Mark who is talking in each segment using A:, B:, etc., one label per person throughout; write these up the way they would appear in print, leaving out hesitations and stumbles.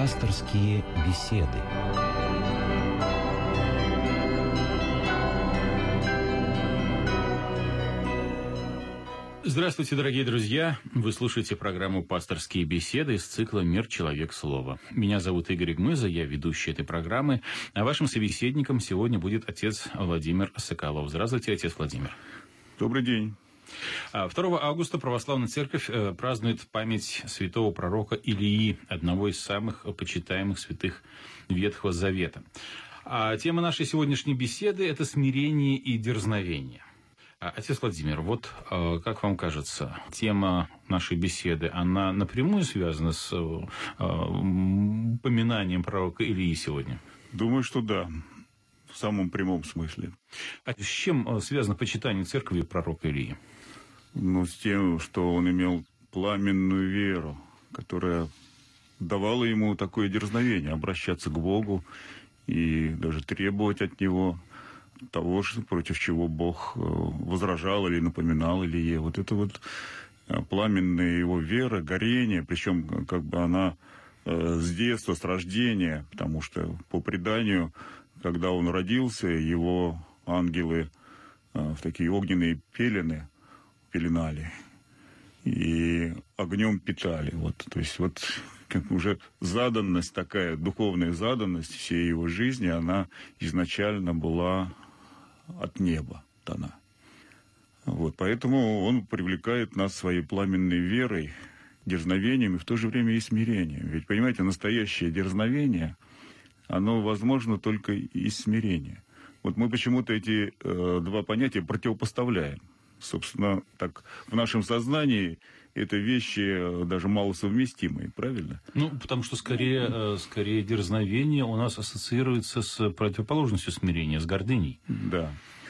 A: Пасторские беседы.
B: Здравствуйте, дорогие друзья! Вы слушаете программу «Пасторские беседы» из цикла «Мир. Человек. Слово». Меня зовут Игорь Гмыза, я ведущий этой программы, а вашим собеседником сегодня будет отец Владимир Соколов. Здравствуйте, отец Владимир.
C: Добрый день.
B: 2 августа Православная Церковь празднует память святого пророка Илии, одного из самых почитаемых святых Ветхого Завета. А тема нашей сегодняшней беседы – это смирение и дерзновение. Отец Владимир, вот как вам кажется, тема нашей беседы, она напрямую связана с упоминанием пророка Илии сегодня?
C: Думаю, что да, в самом прямом смысле.
B: А с чем связано почитание церкви пророка Илии?
C: С тем, что он имел пламенную веру, которая давала ему такое дерзновение обращаться к Богу и даже требовать от Него того, против чего Бог возражал или напоминал Илие. Вот это вот пламенная его вера, горение, причем как бы она с детства, с рождения, потому что по преданию, когда он родился, его ангелы в такие огненные пеленали и огнем питали. То есть как уже заданность такая, духовная заданность всей его жизни, она изначально была от неба дана. Поэтому он привлекает нас своей пламенной верой, дерзновением и в то же время и смирением. Ведь, понимаете, настоящее дерзновение, оно возможно только из смирения. Мы почему-то эти два понятия противопоставляем. Собственно, так в нашем сознании это вещи даже малосовместимые, правильно?
B: Потому что скорее дерзновение у нас ассоциируется с противоположностью смирения, с гордыней.
C: Да.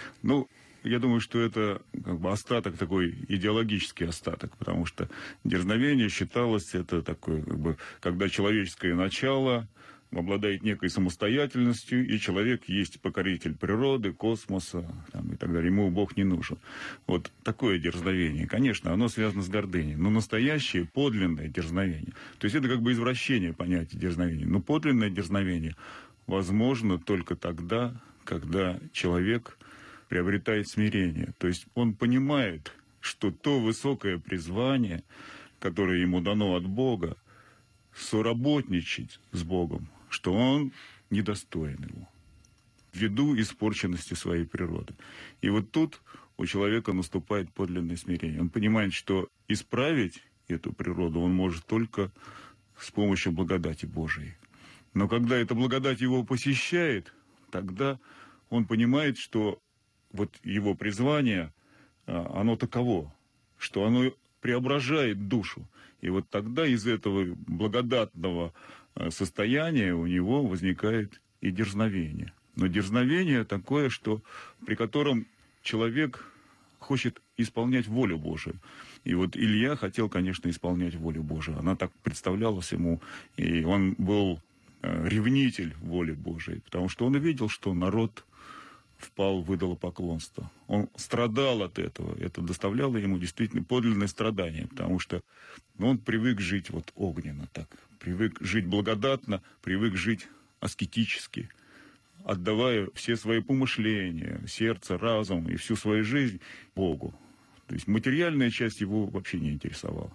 C: Я думаю, что это остаток такой, идеологический остаток, потому что дерзновение считалось, это такое, когда человеческое начало обладает некой самостоятельностью, и человек есть покоритель природы, космоса и так далее. Ему Бог не нужен. Такое дерзновение, конечно, оно связано с гордыней. Но настоящее, подлинное дерзновение, то есть это извращение понятия дерзновения. Но подлинное дерзновение возможно только тогда, когда человек приобретает смирение. То есть он понимает, что то высокое призвание, которое ему дано от Бога, соработничать с Богом, что он недостоин его, ввиду испорченности своей природы. И тут у человека наступает подлинное смирение. Он понимает, что исправить эту природу он может только с помощью благодати Божией. Но когда эта благодать его посещает, тогда он понимает, что его призвание, оно таково, что оно преображает душу. И тогда из этого благодатного состояния у него возникает и дерзновение. Но дерзновение такое, при котором человек хочет исполнять волю Божию. И Илья хотел, конечно, исполнять волю Божию. Она так представлялась ему, и он был ревнитель воли Божией, потому что он увидел, что народ впал в идолопоклонство. Он страдал от этого. Это доставляло ему действительно подлинное страдание, потому что он привык жить огненно так, привык жить благодатно, привык жить аскетически, отдавая все свои помышления, сердце, разум и всю свою жизнь Богу. То есть материальная часть его вообще не интересовала.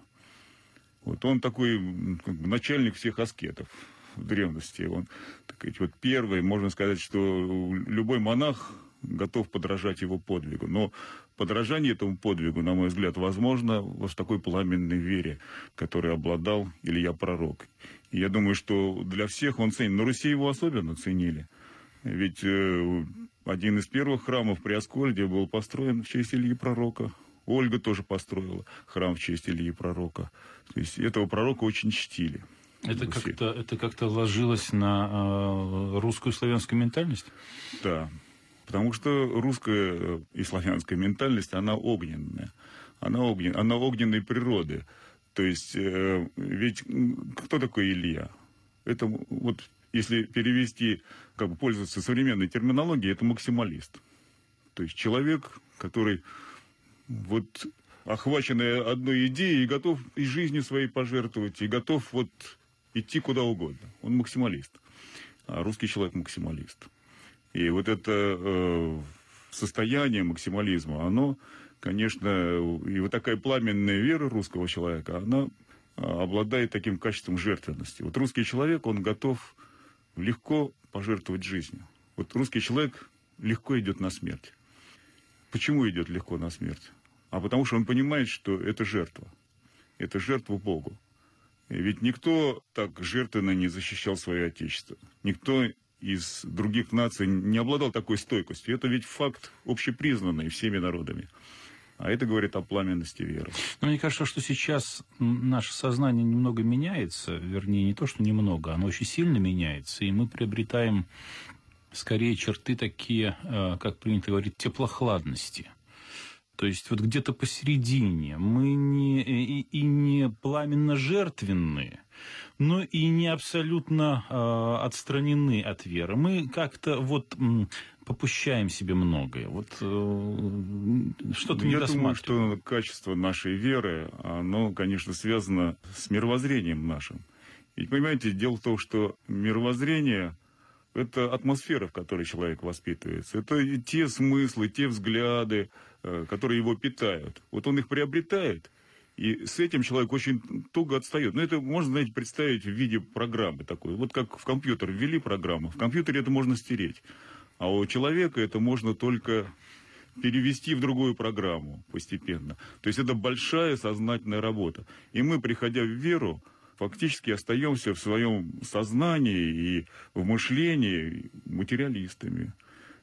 C: Он такой начальник всех аскетов в древности. Он, первый, можно сказать, что любой монах готов подражать его подвигу. Но подражание этому подвигу, на мой взгляд, возможно в такой пламенной вере, которой обладал Илья Пророк. И я думаю, что для всех он ценен. На Руси его особенно ценили. Ведь один из первых храмов при Аскольде был построен в честь Ильи Пророка. Ольга тоже построила храм в честь Ильи Пророка. То есть этого пророка очень чтили.
B: Это как-то ложилось на русскую славянскую ментальность?
C: Да, потому что русская и славянская ментальность, она огненная. Она огненной природы. То есть, ведь кто такой Илья? Это если перевести, пользоваться современной терминологией, это максималист. То есть человек, который охваченный одной идеей и готов и жизнью своей пожертвовать, и готов идти куда угодно. Он максималист. А русский человек максималист. И вот это состояние максимализма, оно, конечно, и вот такая пламенная вера русского человека, она обладает таким качеством жертвенности. Вот русский человек, он готов легко пожертвовать жизнью. Вот русский человек легко идет на смерть. Почему идет легко на смерть? А потому что он понимает, что это жертва. Это жертва Богу. И ведь никто так жертвенно не защищал свое отечество. Никто из других наций не обладал такой стойкостью. Это ведь факт общепризнанный всеми народами. А это говорит о пламенности веры.
B: Но мне кажется, что сейчас наше сознание немного меняется. Вернее, не то, что немного, оно очень сильно меняется. И мы приобретаем скорее черты такие, как принято говорить, теплохладности. То есть вот где-то посередине. Мы не пламенно жертвенные, но и не абсолютно отстранены от веры. Мы как-то вот попущаем себе многое. Вот что-то не
C: Я
B: досматриваем.
C: думаю, что качество нашей веры, оно, конечно, связано с мировоззрением нашим. Ведь, понимаете, дело в том, что мировоззрение – это атмосфера, в которой человек воспитывается. Это те смыслы, те взгляды, которые его питают. Вот он их приобретает, и с этим человек очень туго отстает. Но это можно, знаете, представить в виде программы такой. Вот как в компьютер ввели программу. В компьютере это можно стереть. А у человека это можно только перевести в другую программу постепенно. То есть это большая сознательная работа. И мы, приходя в веру, фактически остаемся в своем сознании и в мышлении материалистами.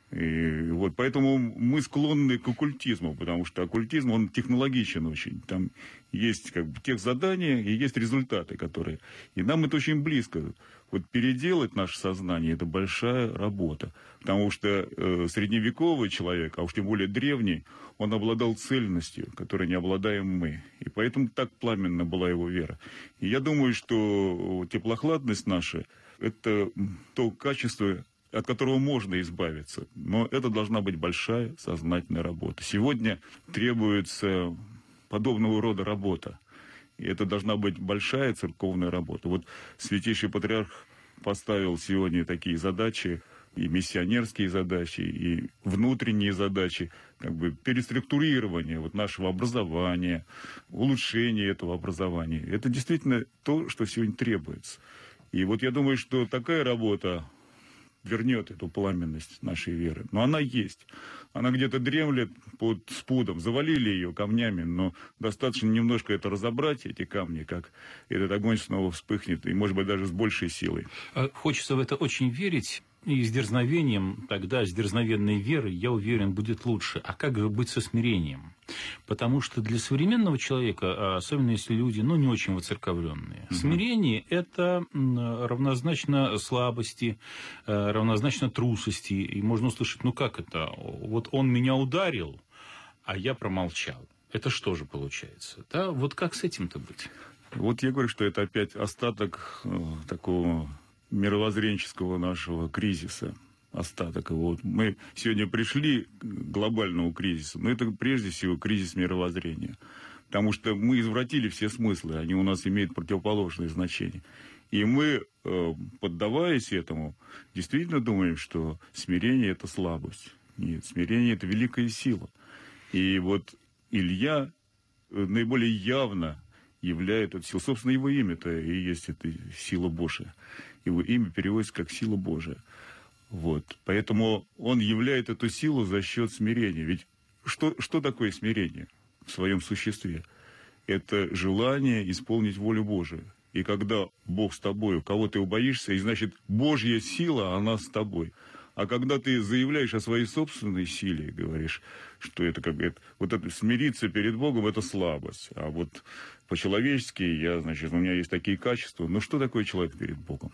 C: И вот поэтому мы склонны к оккультизму, потому что оккультизм, он технологичен очень. Там есть как бы тех задания и есть результаты, которые... И нам это очень близко. Вот переделать наше сознание – это большая работа. Потому что средневековый человек, а уж тем более древний, он обладал цельностью, которой не обладаем мы. И поэтому так пламенна была его вера. И я думаю, что теплохладность наша – это то качество, от которого можно избавиться. Но это должна быть большая сознательная работа. Сегодня требуется подобного рода работа. И это должна быть большая церковная работа. Вот Святейший Патриарх поставил сегодня такие задачи, и миссионерские задачи, и внутренние задачи, как бы переструктурирование вот нашего образования, улучшение этого образования. Это действительно то, что сегодня требуется. И вот я думаю, что такая работа вернет эту пламенность нашей веры. Но она есть. Она где-то дремлет под спудом. Завалили ее камнями, но достаточно немножко это разобрать, эти камни, как этот огонь снова вспыхнет, и, может быть, даже с большей силой.
B: Хочется в это очень верить. И с дерзновением, тогда с дерзновенной верой, я уверен, будет лучше. А как же быть со смирением? Потому что для современного человека, особенно если люди, не очень воцерковленные, смирение – это равнозначно слабости, равнозначно трусости. И можно услышать, как это? Вот он меня ударил, а я промолчал. Это что же получается? Да? Вот как с этим-то быть?
C: Вот я говорю, что это опять остаток такого мировоззренческого нашего кризиса, остаток его. Вот мы сегодня пришли к глобальному кризису, но это прежде всего кризис мировоззрения, потому что мы извратили все смыслы, они у нас имеют противоположное значение. И мы, поддаваясь этому, действительно думаем, что смирение – это слабость. Нет, смирение – это великая сила. И вот Илья наиболее явно являет эту силу. Собственно, его имя-то и есть эта сила Божия. Его имя переводится как сила Божия. Вот. Поэтому он являет эту силу за счет смирения. Ведь что такое смирение в своем существе? Это желание исполнить волю Божию. И когда Бог с тобой, кого ты боишься, и значит, Божья сила, она с тобой. А когда ты заявляешь о своей собственной силе, говоришь, что это как это, вот это смириться перед Богом – это слабость. А вот по-человечески у меня есть такие качества. Что такое человек перед Богом?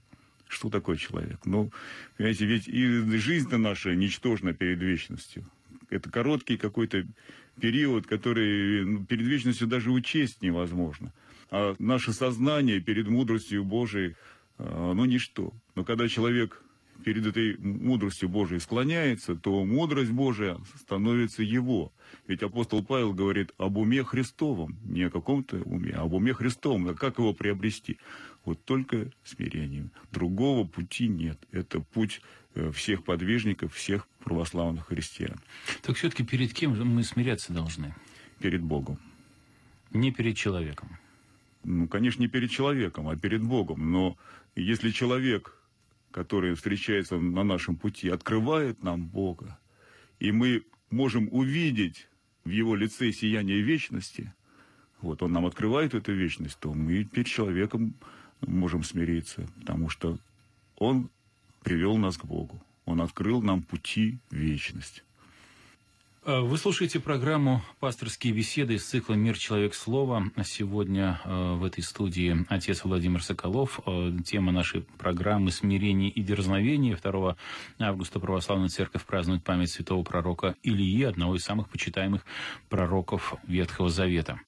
C: Что такое человек? Понимаете, ведь и жизнь-то наша ничтожна перед вечностью. Это короткий какой-то период, который перед вечностью даже учесть невозможно. А наше сознание перед мудростью Божией, ничто. Но когда человек перед этой мудростью Божией склоняется, то мудрость Божия становится его. Ведь апостол Павел говорит об уме Христовом, не о каком-то уме, а об уме Христовом. А как его приобрести? Вот только смирением. Другого пути нет. Это путь всех подвижников, всех православных христиан.
B: Так все-таки перед кем мы смиряться должны?
C: Перед Богом.
B: Не перед человеком.
C: Ну, конечно, не перед человеком, а перед Богом. Но если человек, который встречается на нашем пути, открывает нам Бога, и мы можем увидеть в его лице сияние вечности, вот он нам открывает эту вечность, то мы перед человеком можем смириться, потому что он привел нас к Богу. Он открыл нам пути в вечность.
B: Вы слушаете программу «Пасторские беседы» из цикла «Мир, человек, слово». Сегодня в этой студии отец Владимир Соколов. Тема нашей программы «Смирение и дерзновение». 2 августа Православная Церковь празднует память святого пророка Илии, одного из самых почитаемых пророков Ветхого Завета.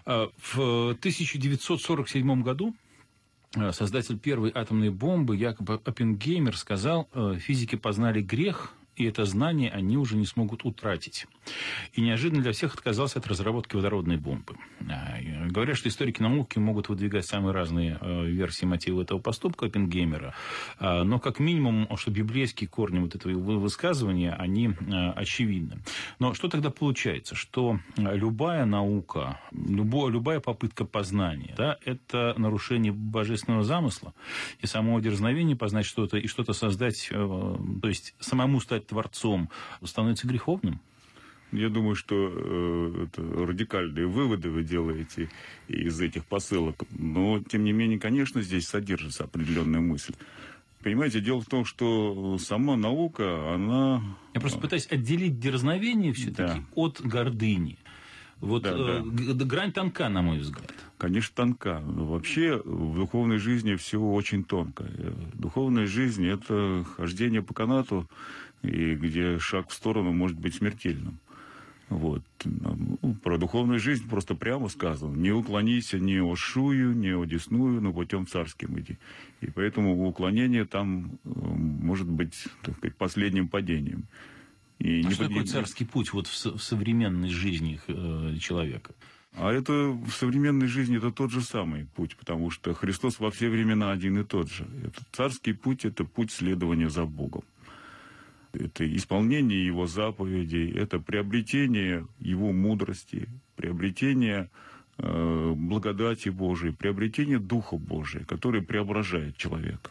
B: В 1947 году создатель первой атомной бомбы Якоб Оппенгеймер сказал: «Физики познали грех, и это знание они уже не смогут утратить». И неожиданно для всех отказался от разработки водородной бомбы. Говорят, что историки науки могут выдвигать самые разные версии мотива этого поступка Оппенгеймера, но как минимум, что библейские корни вот этого высказывания, они очевидны. Но что тогда получается? Что любая наука, любая попытка познания, да, это нарушение божественного замысла и самого дерзновения познать что-то и что-то создать, то есть самому стать творцом, становится греховным?
C: Я думаю, что это радикальные выводы вы делаете из этих посылок. Но, тем не менее, конечно, здесь содержится определенная мысль. Понимаете, дело в том, что сама наука, она...
B: Я просто пытаюсь отделить дерзновение все-таки от гордыни. Вот грань тонка, на мой взгляд.
C: Конечно, тонка. Но вообще в духовной жизни все очень тонко. Духовная жизнь – это хождение по канату, и где шаг в сторону может быть смертельным. Вот. Про духовную жизнь просто прямо сказано: не уклонися ни ошую, ни одесную, но путем царским иди. И поэтому уклонение там может быть, так сказать, последним падением. И
B: что такое царский путь вот в современной жизни человека?
C: А это в современной жизни это тот же самый путь, потому что Христос во все времена один и тот же. Это царский путь – это путь следования за Богом. Это исполнение Его заповедей, это приобретение Его мудрости, приобретение благодати Божией, приобретение Духа Божия, который преображает человека.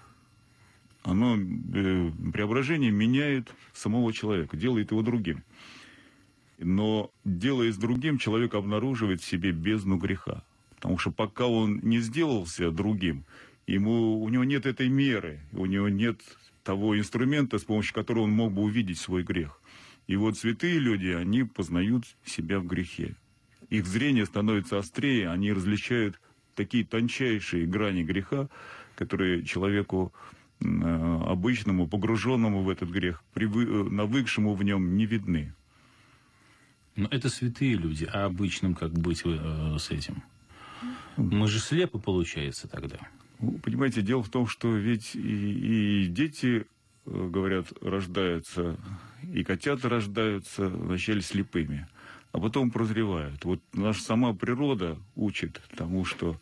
C: Преображение меняет самого человека, делает его другим. Но, делаясь другим, человек обнаруживает в себе бездну греха. Потому что пока он не сделался другим, у него нет этой меры, у него нет того инструмента, с помощью которого он мог бы увидеть свой грех. И вот святые люди, они познают себя в грехе. Их зрение становится острее, они различают такие тончайшие грани греха, которые человеку обычному, погруженному в этот грех, навыкшему в нем, не видны.
B: Но это святые люди, а обычным как быть с этим? Мы же слепы, получается, тогда.
C: Понимаете, дело в том, что ведь и дети, говорят, рождаются, и котята рождаются вначале слепыми, а потом прозревают. Вот наша сама природа учит тому, что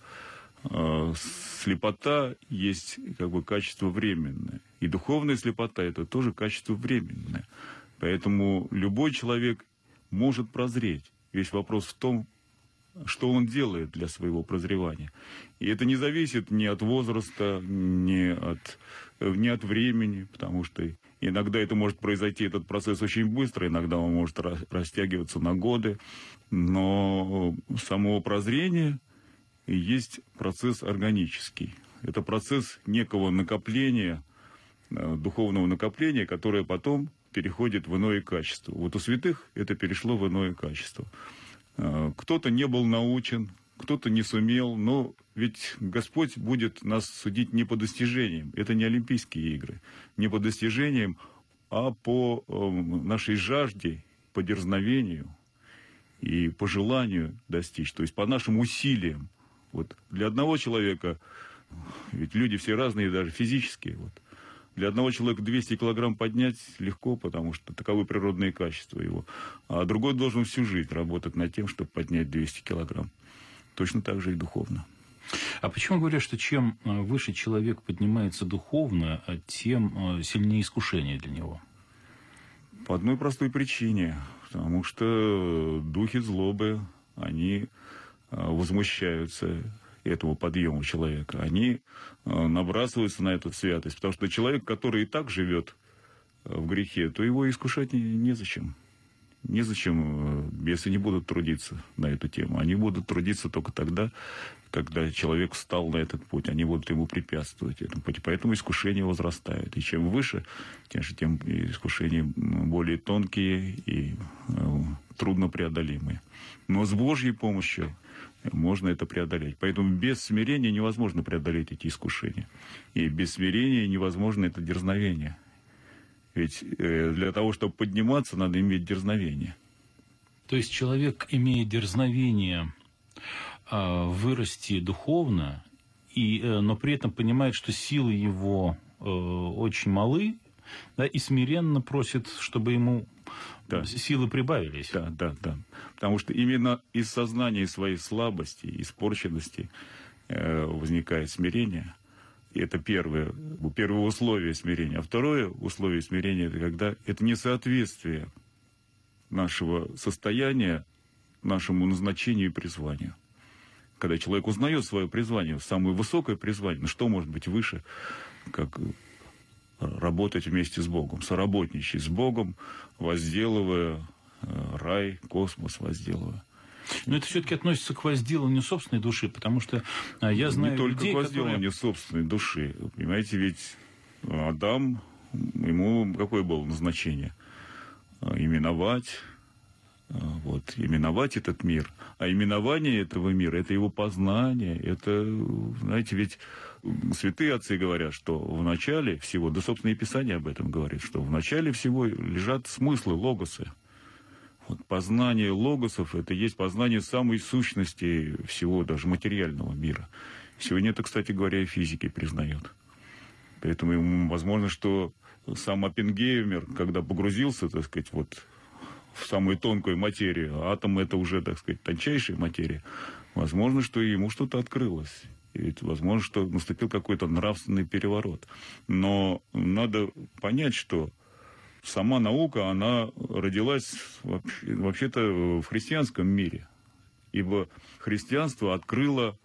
C: слепота есть как бы качество временное. И духовная слепота – это тоже качество временное. Поэтому любой человек может прозреть. Весь вопрос в том, что он делает для своего прозревания. И это не зависит ни от возраста, ни от времени, потому что иногда это может произойти, этот процесс очень быстро, иногда он может растягиваться на годы. Но само прозрение есть процесс органический. Это процесс некого накопления, духовного накопления, которое потом переходит в иное качество. Вот у святых это перешло в иное качество. Кто-то не был научен, кто-то не сумел, но ведь Господь будет нас судить не по достижениям. Это не Олимпийские игры. Не по достижениям, а по нашей жажде, по дерзновению и по желанию достичь. То есть по нашим усилиям. Вот для одного человека, ведь люди все разные, даже физические, вот, Для одного человека 200 килограмм поднять легко, потому что таковы природные качества его. А другой должен всю жизнь работать над тем, чтобы поднять 200 килограмм. Точно так же и духовно.
B: А почему говорят, что чем выше человек поднимается духовно, тем сильнее искушение для него?
C: По одной простой причине. Потому что духи злобы, они возмущаются этому подъему человека. Они набрасываются на эту святость. Потому что человек, который и так живет в грехе, то его искушать незачем. Незачем бесы не будут трудиться на эту тему. Они будут трудиться только тогда, когда человек встал на этот путь. Они будут ему препятствовать этому пути. Поэтому искушения возрастают. И чем выше, тем искушения более тонкие и труднопреодолимые. Но с Божьей помощью можно это преодолеть. Поэтому без смирения невозможно преодолеть эти искушения. И без смирения невозможно это дерзновение. Ведь для того, чтобы подниматься, надо иметь дерзновение.
B: То есть человек, имея дерзновение вырасти духовно, но при этом понимает, что силы его очень малы, да, и смиренно просит, чтобы ему силы прибавились.
C: Да. Потому что именно из сознания своей слабости, испорченности возникает смирение. И это первое условие смирения. А второе условие смирения – это когда это несоответствие нашего состояния нашему назначению и призванию. Когда человек узнает свое призвание, самое высокое призвание, ну что может быть выше, как работать вместе с Богом, соработничать с Богом, возделывая рай, космос возделывая.
B: Но это все-таки относится к возделыванию собственной души, потому что я знаю
C: не только
B: людей,
C: к возделыванию собственной души. Понимаете, ведь Адам, ему какое было назначение? Именовать этот мир. А именование этого мира – это его познание. Это, знаете, ведь святые отцы говорят, что в начале всего, да, собственно, и Писание об этом говорит, что в начале всего лежат смыслы, логосы. Вот познание логосов – это есть познание самой сущности всего, даже материального мира. Сегодня это, кстати говоря, и физики признают. Поэтому возможно, что сам Оппенгеймер, когда погрузился, так сказать, вот в самую тонкую материю, атом – это уже, так сказать, тончайшая материя, возможно, что ему что-то открылось. И ведь возможно, что наступил какой-то нравственный переворот. Но надо понять, что сама наука, она родилась вообще-то в христианском мире. Ибо христианство открыло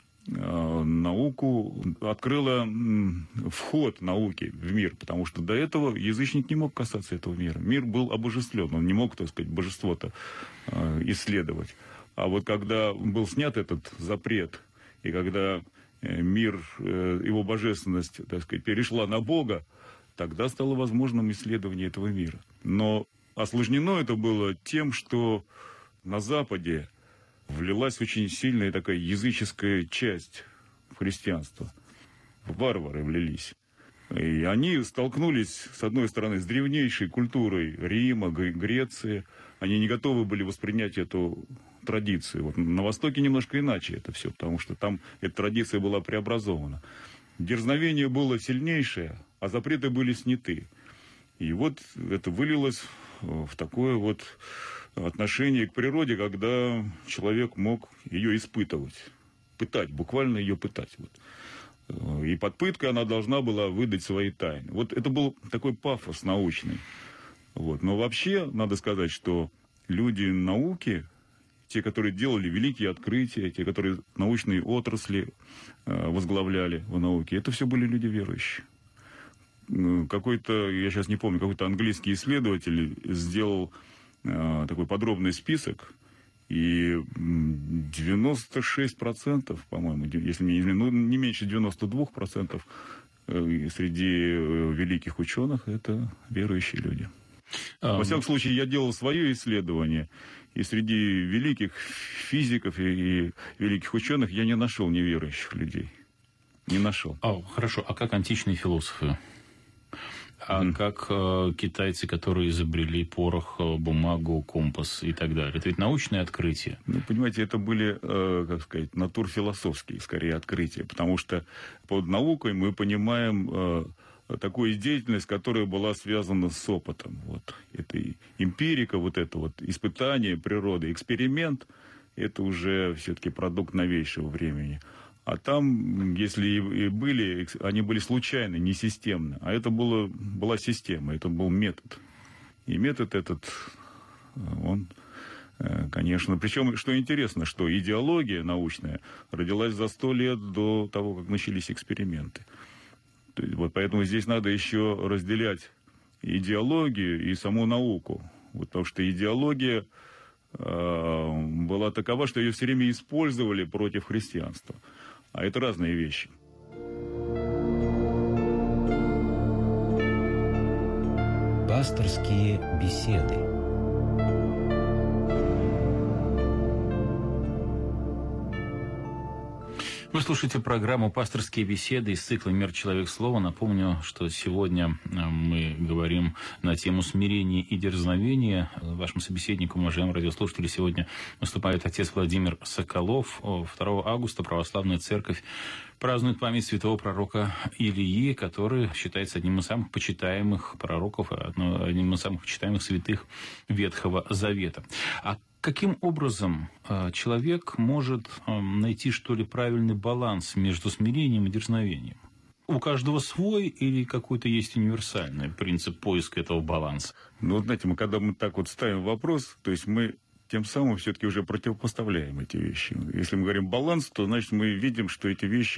C: науку, открыло вход науки в мир. Потому что до этого язычник не мог касаться этого мира. Мир был обожествлен, он не мог, так сказать, божество-то исследовать. А вот когда был снят этот запрет, и когда мир, его божественность, так сказать, перешла на Бога, тогда стало возможным исследование этого мира. Но осложнено это было тем, что на Западе влилась очень сильная такая языческая часть в христианство. Варвары влились. И они столкнулись, с одной стороны, с древнейшей культурой Рима, Греции. Они не готовы были воспринять эту традицию. Вот на Востоке немножко иначе это все, потому что там эта традиция была преобразована. Дерзновение было сильнейшее, а запреты были сняты. И вот это вылилось в такое вот отношение к природе, когда человек мог ее испытывать, пытать, буквально ее пытать. Вот. И под пыткой она должна была выдать свои тайны. Вот это был такой пафос научный. Вот. Но вообще, надо сказать, что люди науки, те, которые делали великие открытия, те, которые научные отрасли возглавляли в науке, это все были люди верующие. Какой-то, я сейчас не помню, какой-то английский исследователь сделал такой подробный список, и 96%, по-моему, если не меньше 92% среди великих ученых это верующие люди. Во всяком случае, я делал свое исследование, и среди великих физиков и великих ученых я не нашел неверующих людей. Не нашел.
B: Хорошо, а как античные философы? А как китайцы, которые изобрели порох, бумагу, компас и так далее? Это ведь научные открытия.
C: Ну, понимаете, это были, как сказать, натурфилософские, скорее, открытия. Потому что под наукой мы понимаем такую деятельность, которая была связана с опытом. Вот. Это и эмпирика, вот это вот испытание природы, эксперимент, это уже все-таки продукт новейшего времени. А там, если и были, они были случайны, не системны. А это была система, это был метод. И метод этот, он, конечно... Причем, что интересно, что идеология научная родилась за 100 лет до того, как начались эксперименты. Вот поэтому здесь надо еще разделять идеологию и саму науку. Вот, потому что идеология была такова, что ее все время использовали против христианства. А это разные вещи.
A: Пасторские беседы.
B: Вы слушаете программу «Пасторские беседы» из цикла «Мир. Человек. Слово». Напомню, что сегодня мы говорим на тему смирения и дерзновения. Вашим собеседником, уважаемые радиослушатели, сегодня выступает отец Владимир Соколов. 2 августа Православная Церковь празднует память святого пророка Илии, который считается одним из самых почитаемых пророков, одним из самых почитаемых святых Ветхого Завета. А каким образом человек может найти, что ли, правильный баланс между смирением и дерзновением? У каждого свой или какой-то есть универсальный принцип поиска этого баланса?
C: Ну, вот знаете, когда мы так вот ставим вопрос, то есть мы тем самым все-таки уже противопоставляем эти вещи. Если мы говорим баланс, то, значит, мы видим, что эти вещи,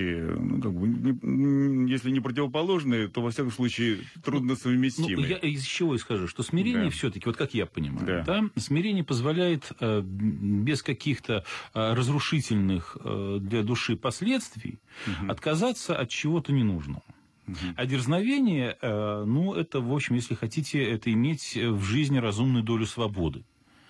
C: если не противоположные, то, во всяком случае, трудно совместимы.
B: Я из чего и скажу, что смирение все-таки, вот как я понимаю, смирение позволяет без каких-то разрушительных для души последствий отказаться от чего-то ненужного. А дерзновение, это, в общем, если хотите, это иметь в жизни разумную долю свободы.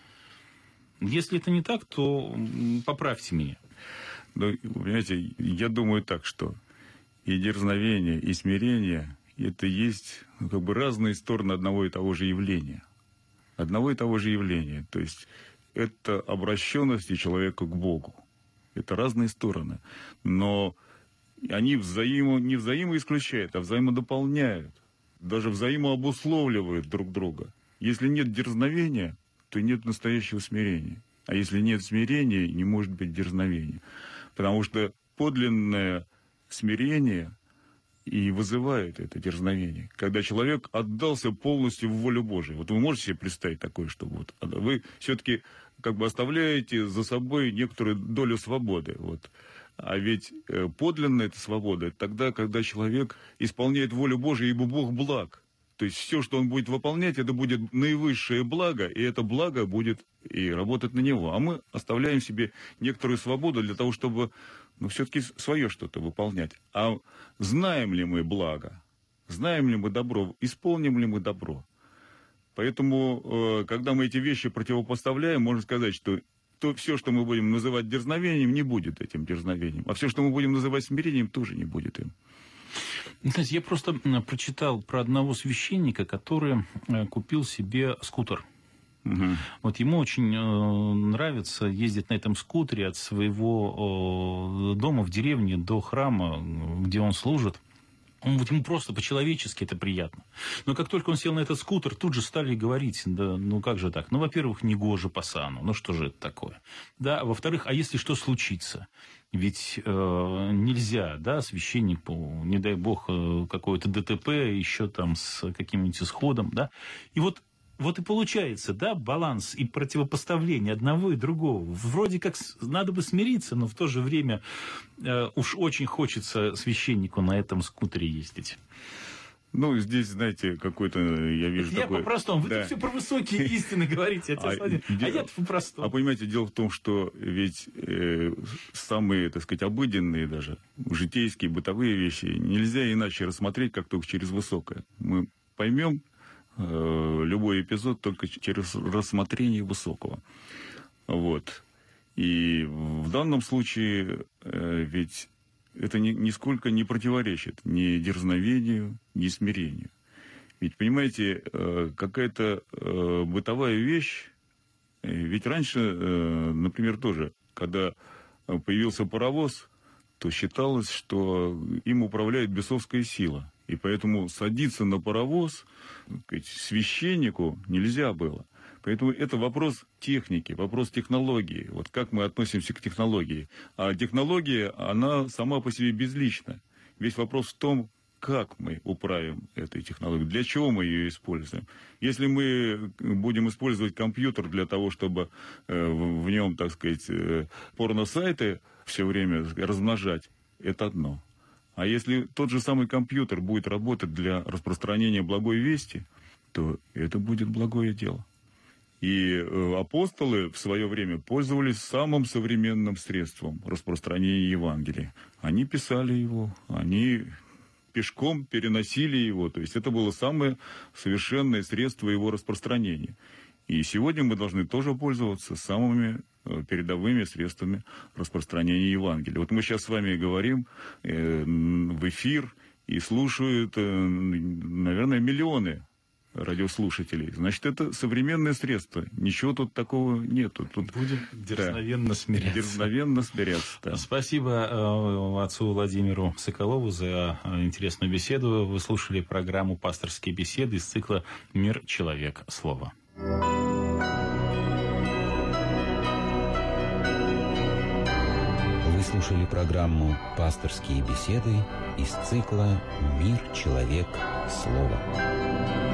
B: Если это не так, то поправьте меня.
C: Ну, понимаете, я думаю так, что и дерзновение, и смирение – это есть разные стороны одного и того же явления. Одного и того же явления. То есть это обращенность человека к Богу. Это разные стороны. Но они не взаимоисключают, а взаимодополняют. Даже взаимообусловливают друг друга. Если нет дерзновения, то нет настоящего смирения. А если нет смирения, не может быть дерзновения. Потому что подлинное смирение и вызывает это дерзновение. Когда человек отдался полностью в волю Божию. Вот вы можете себе представить такое, что вот вы все-таки оставляете за собой некоторую долю свободы. Вот. А ведь подлинная эта свобода, это тогда, когда человек исполняет волю Божию, ибо Бог благ. То есть все, что он будет выполнять, это будет наивысшее благо, и это благо будет и работать на него. А мы оставляем себе некоторую свободу для того, чтобы все-таки свое что-то выполнять. А знаем ли мы благо? Знаем ли мы добро? Исполним ли мы добро? Поэтому, когда мы эти вещи противопоставляем, можно сказать, что все, что мы будем называть дерзновением, не будет этим дерзновением. А все, что мы будем называть смирением, тоже не будет им.
B: Знаете, я просто прочитал про одного священника, который купил себе скутер. Вот ему очень нравится ездить на этом скутере от своего дома в деревне до храма, где он служит. Вот ему просто по-человечески это приятно. Но как только он сел на этот скутер, тут же стали говорить, да, как же так? Во-первых, негоже пасану, что же это такое? Да, во-вторых, а если что случится? Ведь нельзя, священнику, не дай бог, какое-то ДТП, еще там с каким-нибудь исходом, да? И вот и получается, баланс и противопоставление одного и другого. Вроде как надо бы смириться, но в то же время уж очень хочется священнику на этом скутере ездить.
C: Здесь, знаете, какой-то, я вижу
B: это
C: такой...
B: Я по-простому. Вы тут все про высокие истины говорите, отец Владимир. А я-то по-простому.
C: А понимаете, дело в том, что ведь самые, обыденные даже, житейские, бытовые вещи нельзя иначе рассмотреть, как только через высокое. Мы поймем любой эпизод только через рассмотрение высокого. Вот. И в данном случае ведь это нисколько не противоречит ни дерзновению, ни смирению. Ведь, понимаете, какая-то бытовая вещь, ведь раньше, например, тоже, когда появился паровоз, то считалось, что им управляет бесовская сила. И поэтому садиться на паровоз, так сказать, священнику нельзя было. Поэтому это вопрос техники, вопрос технологии. Вот как мы относимся к технологии. А технология, она сама по себе безлична. Весь вопрос в том, как мы управим этой технологией, для чего мы ее используем. Если мы будем использовать компьютер для того, чтобы в нем, так сказать, порно-сайты все время размножать, это одно. А если тот же самый компьютер будет работать для распространения благой вести, то это будет благое дело. И апостолы в свое время пользовались самым современным средством распространения Евангелия. Они писали его, они пешком переносили его. То есть это было самое совершенное средство его распространения. И сегодня мы должны тоже пользоваться самыми передовыми средствами распространения Евангелия. Вот мы сейчас с вами говорим в эфир, и слушают, наверное, миллионы радиослушателей. Значит, это современное средство. Ничего тут такого нету. Тут
B: будем дерзновенно смиряться.
C: Дерзновенно смиряться, да.
B: Спасибо отцу Владимиру Соколову за интересную беседу. Вы слушали программу «Пасторские беседы» из цикла «Мир, человек, слово».
A: Вы слушали программу «Пасторские беседы» из цикла «Мир, человек, слово».